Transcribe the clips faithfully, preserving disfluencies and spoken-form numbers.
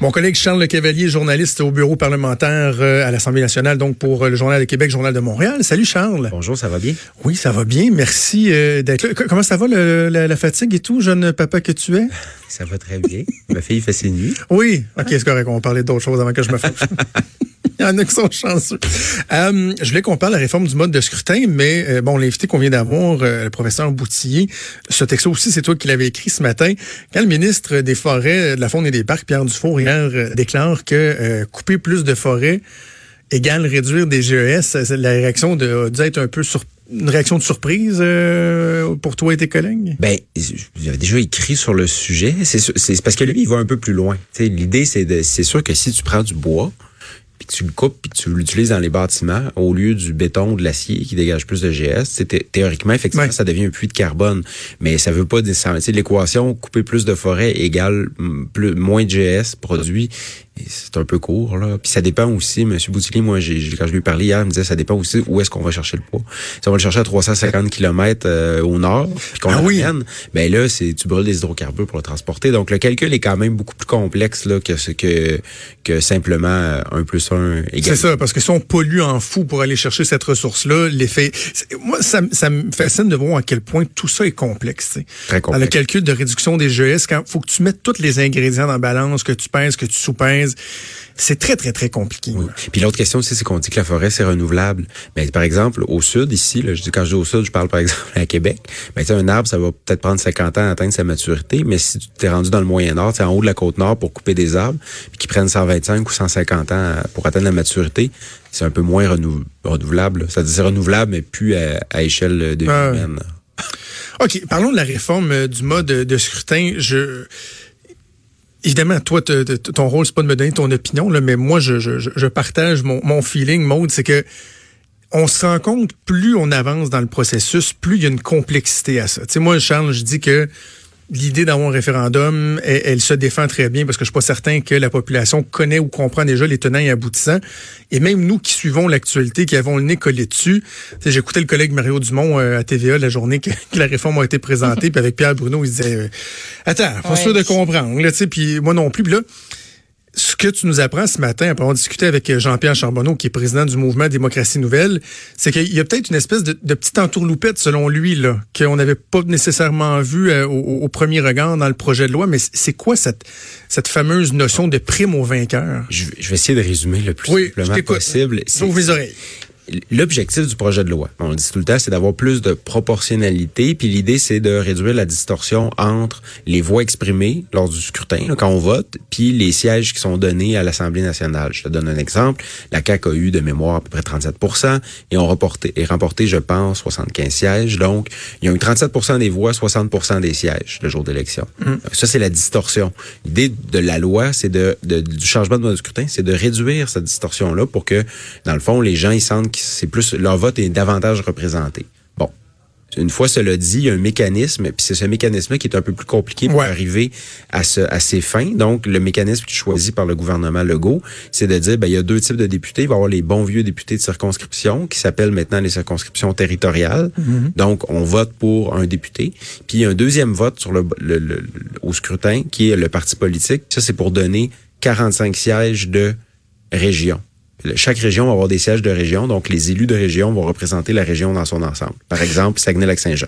Mon collègue Charles Le Cavalier, journaliste au bureau parlementaire euh, à l'Assemblée nationale, donc pour euh, le Journal de Québec, Journal de Montréal. Salut Charles. Bonjour, ça va bien? Oui, ça va bien. Merci euh, d'être là. C- comment ça va, le, la, la fatigue et tout, jeune papa que tu es? Ça va très bien. Ma fille fait ses nuits. Oui, ok, c'est correct. On va parler d'autres choses avant que je me fasse. Il y en a qui sont chanceux. Euh, je voulais qu'on parle de la réforme du mode de scrutin, mais euh, bon, l'invité qu'on vient d'avoir, euh, le professeur Boutillier, ce texte aussi, c'est toi qui l'avais écrit ce matin. Quand le ministre des Forêts, de la Faune et des Parcs, Pierre Dufault, hier, euh, déclare que euh, couper plus de forêts égale réduire des G E S, la réaction de, a dû être un peu sur, une réaction de surprise euh, pour toi et tes collègues? Ben, j'avais déjà écrit sur le sujet. C'est, c'est parce que lui, il va un peu plus loin. T'sais, l'idée, c'est de, c'est sûr que si tu prends du bois, puis que tu le coupes, puis que tu l'utilises dans les bâtiments, au lieu du béton ou de l'acier qui dégage plus de G S, c'était théoriquement, effectivement, ouais. Ça devient un puits de carbone. Mais ça veut pas nécessairement, tu sais, l'équation couper plus de forêt égale plus, moins de G S produit. C'est un peu court, là. Puis ça dépend aussi, M. Boutillier, moi, j'ai, quand je lui ai parlé hier, il me disait, ça dépend aussi où est-ce qu'on va chercher le poids. Si on va le chercher à trois cent cinquante kilomètres euh, au nord, puis qu'on ah le oui. ramène, ben là, c'est, tu brûles des hydrocarbures pour le transporter. Donc, le calcul est quand même beaucoup plus complexe, là, que ce que, que simplement un plus un égale. C'est ça, parce que si on pollue en fou pour aller chercher cette ressource-là, l'effet, moi, ça, ça me fascine de voir à quel point tout ça est complexe, tu sais. Très complexe. Dans le calcul de réduction des G E S, quand faut que tu mettes tous les ingrédients dans la balance, que tu pèses, que tu sous-pèses, c'est très, très, très compliqué. Oui. Puis l'autre question aussi, c'est qu'on dit que la forêt, c'est renouvelable. Mais par exemple, au sud, ici, là, je dis, quand je dis au sud, je parle par exemple à Québec, ben, tu sais, un arbre, ça va peut-être prendre cinquante ans à atteindre sa maturité, mais si tu t'es rendu dans le Moyen-Nord, tu sais, en haut de la Côte-Nord pour couper des arbres, puis qui prennent cent vingt-cinq ou cent cinquante ans pour atteindre la maturité, c'est un peu moins renou- renouvelable. Ça veut dire c'est renouvelable, mais plus à, à échelle de vie euh... humaine. OK, parlons de la réforme du mode de scrutin. Je... Évidemment, toi, te, te, ton rôle, c'est pas de me donner ton opinion, là, mais moi, je, je, je partage mon, mon feeling, Maude, c'est que on se rend compte, plus on avance dans le processus, plus il y a une complexité à ça. Tu sais, moi, Charles, je dis que l'idée d'avoir un référendum, elle, elle se défend très bien parce que je suis pas certain que la population connaît ou comprend déjà les tenants et aboutissants. Et même nous qui suivons l'actualité, qui avons le nez collé dessus, j'écoutais le collègue Mario Dumont euh, à T V A la journée que, que la réforme a été présentée, puis avec Pierre Bruno, il se disait euh, « Attends, pas ouais, sûr de comprendre. » Là, puis moi non plus. Puis là, ce que tu nous apprends ce matin, après avoir discuté avec Jean-Pierre Charbonneau, qui est président du mouvement Démocratie Nouvelle, c'est qu'il y a peut-être une espèce de, de petite entourloupette, selon lui, là, qu'on n'avait pas nécessairement vu euh, au, au premier regard dans le projet de loi. Mais c'est quoi cette, cette fameuse notion de prime au vainqueur? Je, je vais essayer de résumer le plus oui, simplement possible. Sauve mes oreilles. L'objectif du projet de loi, on le dit tout le temps, c'est d'avoir plus de proportionnalité, puis l'idée, c'est de réduire la distorsion entre les voix exprimées lors du scrutin, là, quand on vote, puis les sièges qui sont donnés à l'Assemblée nationale. Je te donne un exemple. La C A Q a eu de mémoire à peu près trente-sept pour cent et ont remporté, et remporté, je pense, soixante-quinze sièges. Donc, ils ont eu trente-sept pour cent des voix, soixante pour cent des sièges le jour d'élection. Mmh. Ça, c'est la distorsion. L'idée de la loi, c'est de, de du changement de mode de scrutin, c'est de réduire cette distorsion-là pour que, dans le fond, les gens, ils sentent c'est plus, leur vote est davantage représenté. Bon. Une fois cela dit, il y a un mécanisme, puis c'est ce mécanisme-là qui est un peu plus compliqué pour ouais. arriver à, ce, à ces fins. Donc, le mécanisme qui est choisi par le gouvernement Legault, c'est de dire, ben, il y a deux types de députés. Il va y avoir les bons vieux députés de circonscription, qui s'appellent maintenant les circonscriptions territoriales. Mm-hmm. Donc, on vote pour un député. Puis, il y a un deuxième vote sur le, le, le, le au scrutin, qui est le parti politique. Ça, c'est pour donner quarante-cinq sièges de région. Chaque région va avoir des sièges de région, donc les élus de région vont représenter la région dans son ensemble. Par exemple, Saguenay-Lac-Saint-Jean.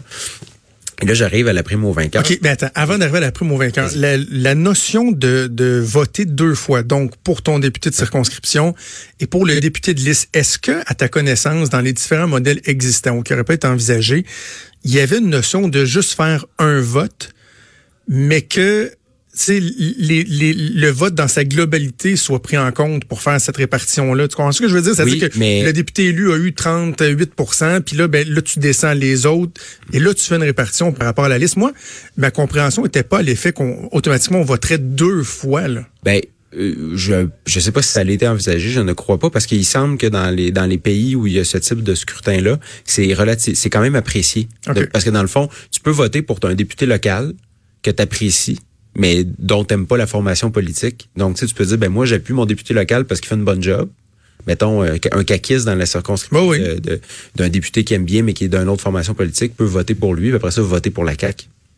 Et là, j'arrive à la prime au vainqueur. OK, mais attends, avant d'arriver à la prime au vainqueur, la, la notion de, de voter deux fois, donc pour ton député de circonscription et pour le député de liste, est-ce que, à ta connaissance, dans les différents modèles existants ou qui auraient pas été envisagés, il y avait une notion de juste faire un vote, mais que c'est les, les, le vote dans sa globalité soit pris en compte pour faire cette répartition-là. Tu comprends ce que je veux dire? C'est-à-dire oui, que mais... le député élu a eu trente-huit pour cent, puis là, ben, là, tu descends les autres, et là, tu fais une répartition par rapport à la liste. Moi, ma compréhension n'était pas l'effet qu'on, automatiquement, on voterait deux fois, là. Ben, euh, je je sais pas si ça a été envisagé, je ne crois pas, parce qu'il semble que dans les dans les pays où il y a ce type de scrutin-là, c'est relatif, c'est quand même apprécié. Okay. De, parce que dans le fond, tu peux voter pour un député local que tu apprécies, mais dont t'aimes pas la formation politique. Donc, tu sais, tu peux dire, ben moi, j'appuie mon député local parce qu'il fait une bonne job. Mettons, un caquiste dans la circonscription oui, oui. de, de, d'un député qui aime bien, mais qui est d'une autre formation politique, peut voter pour lui, puis après ça, voter pour la C A Q.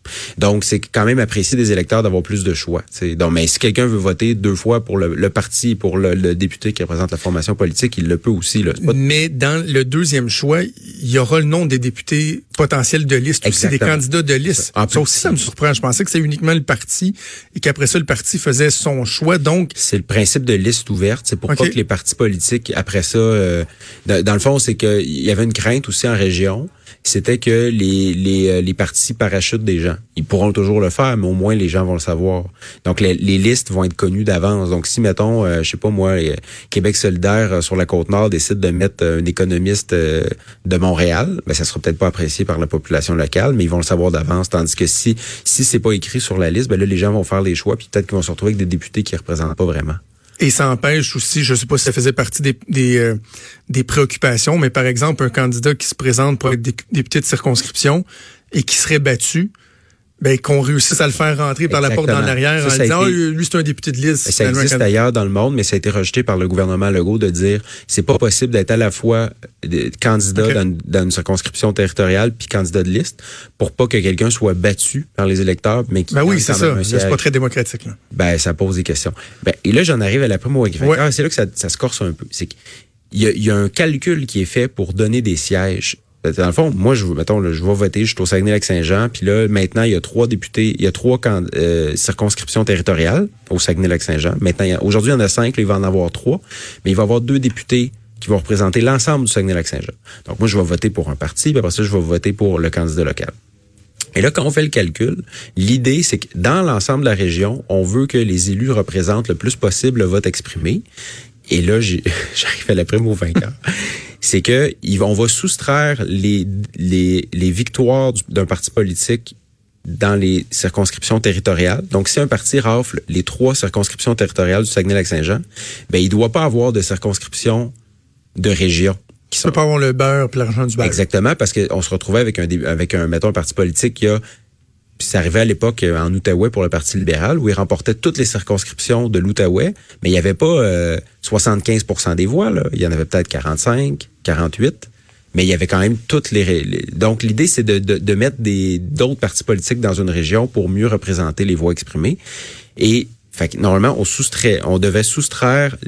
Donc, c'est quand même apprécié des électeurs d'avoir plus de choix. T'sais. Donc, mais si quelqu'un veut voter deux fois pour le, le parti, pour le, le député qui représente la formation politique, il le peut aussi. Là. Pas... Mais dans le deuxième choix, il y aura le nom des députés potentiels de liste, Exactement. aussi des candidats de liste. Ça, ça aussi, ça me surprend. Je pensais que c'est uniquement le parti et qu'après ça, le parti faisait son choix. Donc, c'est le principe de liste ouverte. C'est pour okay. pas que les partis politiques, après ça, euh, dans, dans le fond, c'est qu'il y avait une crainte aussi en région. C'était que les les les partis parachutent des gens. Ils pourront toujours le faire, mais au moins les gens vont le savoir. Donc les, les listes vont être connues d'avance. Donc si mettons, euh, je sais pas moi, Québec solidaire euh, sur la Côte-Nord décide de mettre un économiste euh, de Montréal, ben ça sera peut-être pas apprécié par la population locale, mais ils vont le savoir d'avance. Tandis que si si c'est pas écrit sur la liste, ben là les gens vont faire les choix, puis peut-être qu'ils vont se retrouver avec des députés qui représentent pas vraiment. Et ça empêche aussi, je sais pas si ça faisait partie des des, euh, des préoccupations, mais par exemple, un candidat qui se présente pour être député de circonscription et qui serait battu, ben qu'on réussisse à le faire rentrer par Exactement. la porte dans l'arrière ça, en ça disant été... oh, lui c'est un député de liste. Ça existe candidat. ailleurs dans le monde, mais ça a été rejeté par le gouvernement Legault de dire c'est pas possible d'être à la fois candidat okay. dans, dans une circonscription territoriale puis candidat de liste pour pas que quelqu'un soit battu par les électeurs, mais qui ben oui c'est ça, c'est pas très démocratique là. Ben ça pose des questions. Ben et là j'en arrive à la primo qui fait ouais. ah, c'est là que ça, ça se corse un peu. C'est qu'il y a, il y a un calcul qui est fait pour donner des sièges. Dans le fond, moi, je mettons, là, je vais voter, je suis au Saguenay-Lac-Saint-Jean, puis là, maintenant, il y a trois députés, il y a trois euh, circonscriptions territoriales au Saguenay-Lac-Saint-Jean. Maintenant, il y a, aujourd'hui, il y en a cinq, là, il va en avoir trois, mais il va y avoir deux députés qui vont représenter l'ensemble du Saguenay-Lac-Saint-Jean. Donc, moi, je vais voter pour un parti, puis après ça, je vais voter pour le candidat local. Et là, quand on fait le calcul, l'idée, c'est que dans l'ensemble de la région, on veut que les élus représentent le plus possible le vote exprimé. Et là, j'ai, j'arrive à la prime au vainqueur. C'est que on va soustraire les les les victoires d'un parti politique dans les circonscriptions territoriales. Donc, si un parti rafle les trois circonscriptions territoriales du Saguenay-Lac-Saint-Jean, ben il doit pas avoir de circonscription de région. Qui sont... peut pas avoir le beurre puis l'argent du beurre. Exactement, parce que on se retrouvait avec un avec un mettons un parti politique qui a Puis c'est arrivé à l'époque en Outaouais pour le Parti libéral, où il remportait toutes les circonscriptions de l'Outaouais, mais il n'y avait pas euh, soixante-quinze pour cent des voix. Là. Il y en avait peut-être quarante-cinq, quarante-huit, mais il y avait quand même toutes les... les... Donc l'idée, c'est de, de, de mettre des d'autres partis politiques dans une région pour mieux représenter les voix exprimées. Et fait que, normalement, on soustrait, on devait soustraire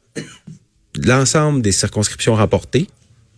l'ensemble des circonscriptions remportées.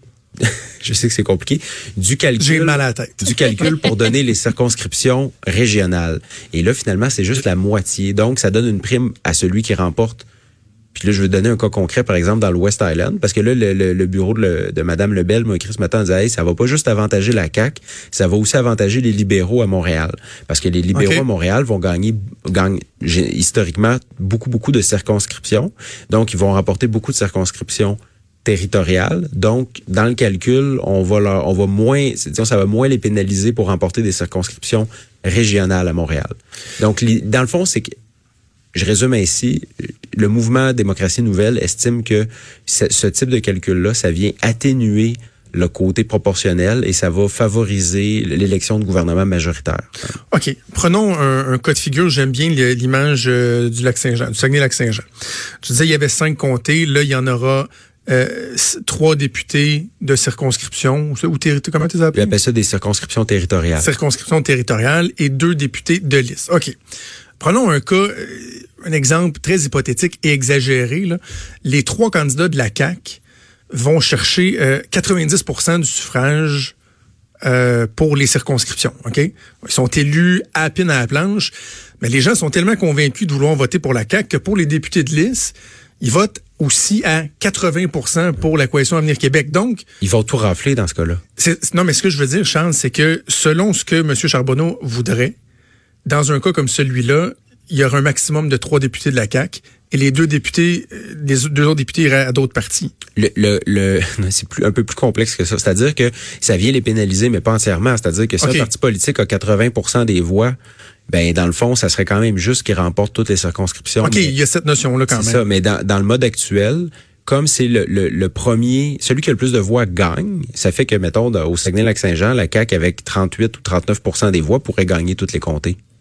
Je sais que c'est compliqué, du calcul, J'ai mal à la tête. du calcul pour donner les circonscriptions régionales. Et là, finalement, c'est juste la moitié. Donc, ça donne une prime à celui qui remporte. Puis là, je veux donner un cas concret, par exemple, dans le West Island, parce que là, le, le, le bureau de, le, de Mme Lebel m'a écrit ce matin en disant, hey, ça va pas juste avantager la C A Q, ça va aussi avantager les libéraux à Montréal. Parce que les libéraux okay. à Montréal vont gagner, gagnent historiquement beaucoup, beaucoup de circonscriptions. Donc, ils vont remporter beaucoup de circonscriptions territoriales. Donc, dans le calcul, on va leur, on va moins, disons, ça va moins les pénaliser pour remporter des circonscriptions régionales à Montréal. Donc, dans le fond, c'est que, je résume ainsi, le mouvement Démocratie Nouvelle estime que ce, ce type de calcul-là, ça vient atténuer le côté proportionnel et ça va favoriser l'élection de gouvernement majoritaire. OK. Prenons un, un cas de figure. J'aime bien l'image euh, du Lac-Saint-Jean, du Saguenay-Lac-Saint-Jean. Je disais, il y avait cinq comtés. Là, il y en aura Euh, trois députés de circonscription, ou terri- comment tu les appelles? On appelle ça des circonscriptions territoriales. Circonscriptions territoriales et deux députés de liste. OK. Prenons un cas, euh, un exemple très hypothétique et exagéré. Là. Les trois candidats de la C A Q vont chercher euh, quatre-vingt-dix pour cent du suffrage euh, pour les circonscriptions. OK? Ils sont élus à la pine à la planche, mais les gens sont tellement convaincus de vouloir voter pour la C A Q que pour les députés de liste, ils votent aussi à quatre-vingts pour cent pour la Coalition Avenir Québec. Donc, ils vont tout rafler dans ce cas-là. C'est, non, mais ce que je veux dire, Charles, c'est que selon ce que M. Charbonneau voudrait, dans un cas comme celui-là, il y aura un maximum de trois députés de la C A Q et les deux députés, les deux autres députés iraient à d'autres partis. Le, le, le, c'est plus, un peu plus complexe que ça. C'est-à-dire que ça vient les pénaliser, mais pas entièrement. C'est-à-dire que si okay. un parti politique a quatre-vingts pour cent des voix, ben dans le fond, ça serait quand même juste qu'il remporte toutes les circonscriptions. OK, il y a cette notion-là quand c'est même. Ça, mais dans, dans le mode actuel, comme c'est le, le, le premier, celui qui a le plus de voix gagne, ça fait que, mettons, au Saguenay-Lac-Saint-Jean, la C A Q avec trente-huit ou trente-neuf pour cent des voix pourrait gagner toutes les comtés.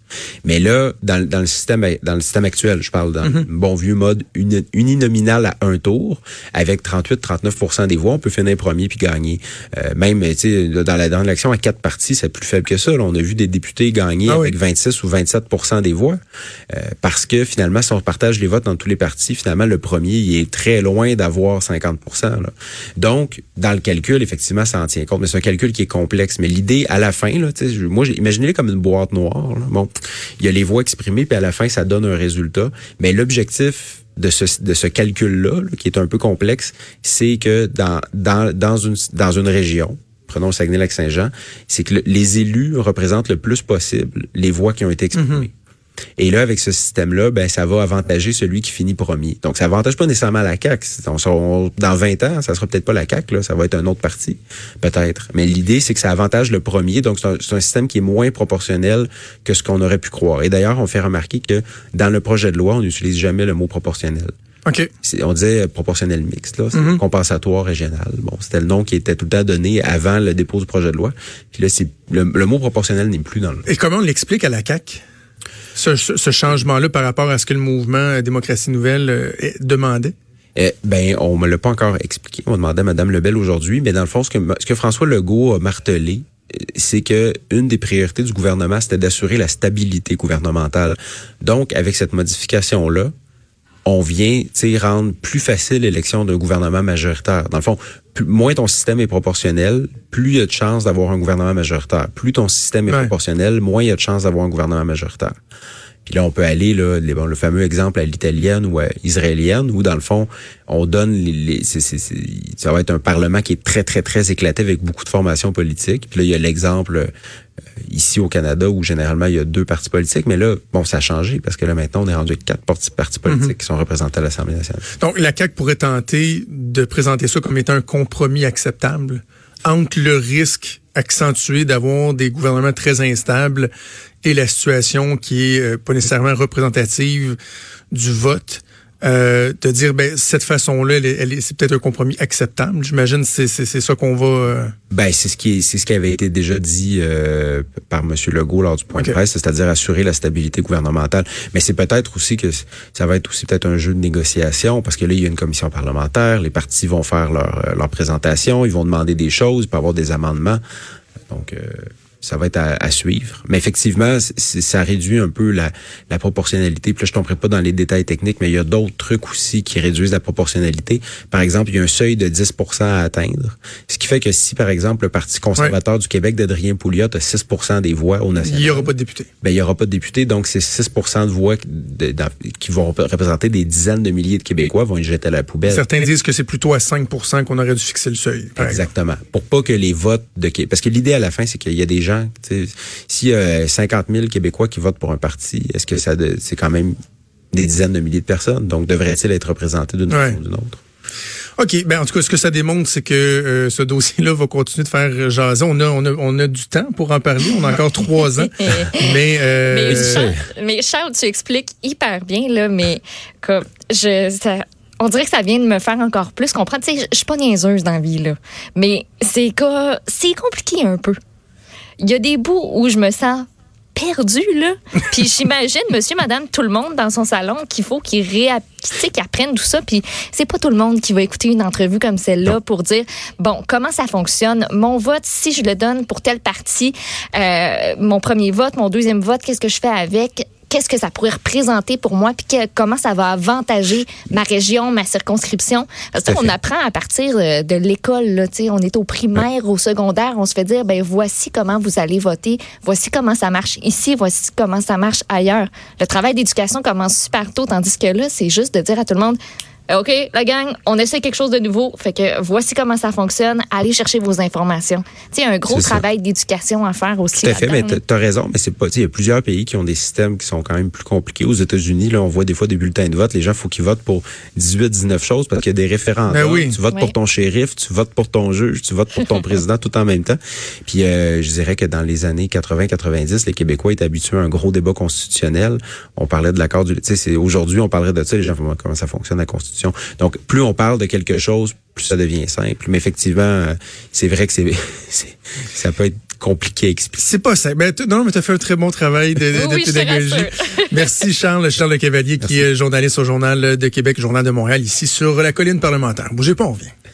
Mais là, dans, dans le système dans le système actuel, je parle dans mm-hmm. le bon vieux mode uni, uninominal à un tour, avec trente-huit à trente-neuf pour cent des voix, on peut finir premier puis gagner. Euh, même, tu sais, dans la dans l'élection à quatre partis, c'est plus faible que ça. Là, on a vu des députés gagner ah avec oui. vingt-six ou vingt-sept pour cent des voix, euh, parce que finalement, si on partage les votes dans tous les partis, finalement, le premier, il est très loin d'avoir cinquante pour cent. Là. Donc, dans le calcul, effectivement, ça en tient compte, mais c'est un calcul qui est complexe. Mais l'idée, à la fin, là, tu sais, moi, imaginez-le comme une boîte noire. Là. Bon, il y a les voix exprimées, puis à la fin, ça donne un résultat. Mais l'objectif de ce de ce calcul-là, là, qui est un peu complexe, c'est que dans dans dans une dans une région, prenons le Saguenay-Lac-Saint-Jean, c'est que le, les élus représentent le plus possible les voix qui ont été exprimées. Mm-hmm. Et là, avec ce système-là, ben ça va avantager celui qui finit premier. Donc, ça avantage pas nécessairement la C A Q. On, on, dans vingt ans, ça sera peut-être pas la C A Q, là, ça va être un autre parti, peut-être. Mais l'idée, c'est que ça avantage le premier. Donc, c'est un, c'est un système qui est moins proportionnel que ce qu'on aurait pu croire. Et d'ailleurs, on fait remarquer que dans le projet de loi, on n'utilise jamais le mot proportionnel. OK. C'est, on disait proportionnel mixte, là, c'est mm-hmm. compensatoire régional. Bon, c'était le nom qui était tout le temps donné avant le dépôt du projet de loi. Puis là, c'est le, le mot proportionnel n'est plus dans le. Et comment on l'explique à la C A Q? Ce, ce changement-là par rapport à ce que le mouvement Démocratie Nouvelle euh, demandait? Eh, ben, on me l'a pas encore expliqué. On demandait à Mme Lebel aujourd'hui, mais dans le fond, ce que, ce que François Legault a martelé, c'est que une des priorités du gouvernement, c'était d'assurer la stabilité gouvernementale. Donc, avec cette modification-là, on vient, tu sais, rendre plus facile l'élection d'un gouvernement majoritaire. Dans le fond, plus, moins ton système est proportionnel, plus il y a de chances d'avoir un gouvernement majoritaire. Plus ton système est ouais. proportionnel, moins il y a de chances d'avoir un gouvernement majoritaire. Puis là, on peut aller, là, les, bon, le fameux exemple à l'italienne ou à israélienne, où dans le fond, on donne les, les c'est, c'est, c'est, ça va être un parlement qui est très, très, très éclaté avec beaucoup de formations politiques. Puis là, il y a l'exemple euh, ici au Canada où généralement il y a deux partis politiques, mais là, bon, ça a changé parce que là, maintenant, on est rendu avec quatre partis, partis politiques mm-hmm. qui sont représentés à l'Assemblée nationale. Donc, la C A Q pourrait tenter de présenter ça comme étant un compromis acceptable entre le risque accentué d'avoir des gouvernements très instables et la situation qui est euh, pas nécessairement représentative du vote, euh, de dire ben cette façon-là, elle, elle est, c'est peut-être un compromis acceptable. J'imagine que c'est, c'est, c'est ça qu'on va. Euh... Ben c'est ce qui est, c'est ce qui avait été déjà dit euh, par M. Legault lors du point okay. de presse, c'est-à-dire assurer la stabilité gouvernementale. Mais c'est peut-être aussi que ça va être aussi peut-être un jeu de négociation parce que là il y a une commission parlementaire, les partis vont faire leur leur présentation, ils vont demander des choses, il peut y avoir des amendements. Donc, euh, ça va être à, à suivre. Mais effectivement, c'est, ça réduit un peu la, la proportionnalité. Puis là, je ne tomberai pas dans les détails techniques, mais il y a d'autres trucs aussi qui réduisent la proportionnalité. Par exemple, il y a un seuil de dix pour cent à atteindre. Ce qui fait que si, par exemple, le Parti conservateur ouais. du Québec d'Adrien Pouliot a six pour cent des voix au national... Il n'y aura pas de députés. Ben, il n'y aura pas de députés. Donc, ces six pour cent de voix de, de, qui vont représenter des dizaines de milliers de Québécois vont être jetés à la poubelle. Certains disent que c'est plutôt à cinq pour cent qu'on aurait dû fixer le seuil. Exactement. Exemple. Pour pas que les votes de... Parce que l'idée à la fin, c'est qu'il y a des gens... S'il y a cinquante mille Québécois qui votent pour un parti, est-ce que ça de, c'est quand même des dizaines de milliers de personnes? Donc, devrait-il être représenté d'une ouais. façon ou d'une autre? OK. Ben, en tout cas, ce que ça démontre, c'est que euh, ce dossier-là va continuer de faire jaser. On a, on a, on a du temps pour en parler. On a encore trois ans. mais, euh... mais, Charles, mais Charles, tu expliques hyper bien, là, mais comme, je, ça, on dirait que ça vient de me faire encore plus comprendre. Tu sais, je suis pas niaiseuse dans la vie, là. Mais c'est, que, c'est compliqué un peu. Il y a des bouts où je me sens perdue, là. Puis j'imagine monsieur, madame, tout le monde dans son salon qu'il faut qu'il réa... qu'il apprenne tout ça. Puis c'est pas tout le monde qui va écouter une entrevue comme celle-là non. pour dire, bon, comment ça fonctionne? Mon vote, si je le donne pour telle partie, euh, mon premier vote, mon deuxième vote, qu'est-ce que je fais avec? Qu'est-ce que ça pourrait représenter pour moi, puis que, comment ça va avantager ma région, ma circonscription. Parce que on apprend à partir de l'école, là, tu sais, on est au primaire, ouais. au secondaire, on se fait dire, ben voici comment vous allez voter, voici comment ça marche ici, voici comment ça marche ailleurs. Le travail d'éducation commence super tôt, tandis que là, c'est juste de dire à tout le monde, OK, la gang, on essaie quelque chose de nouveau. Fait que voici comment ça fonctionne. Allez chercher vos informations. Tu sais, un gros c'est travail ça. d'éducation à faire aussi. Tout à fait, mais t'as, as raison, mais c'est pas, tu sais, il y a plusieurs pays qui ont des systèmes qui sont quand même plus compliqués. Aux États-Unis, là, on voit des fois des bulletins de vote. Les gens, faut qu'ils votent pour dix-huit, dix-neuf choses parce qu'il y a des référendums. Ben oui. Tu votes oui. pour ton shérif, tu votes pour ton juge, tu votes pour ton président tout en même temps. Puis, euh, je dirais que dans les années quatre-vingts quatre-vingt-dix, les Québécois étaient habitués à un gros débat constitutionnel. On parlait de l'accord du, tu sais, c'est, aujourd'hui, on parlerait de ça, les gens, comment ça fonctionne la Constitution. Donc, plus on parle de quelque chose, plus ça devient simple. Mais effectivement, c'est vrai que c'est, c'est ça peut être compliqué à expliquer. C'est pas ça. Ben, non, mais tu as fait un très bon travail de, de, oui, de pédagogie. Merci Charles, Charles Le Cavalier, Merci. qui est journaliste au Journal de Québec, Journal de Montréal, ici sur la colline parlementaire. Bougez pas, on revient.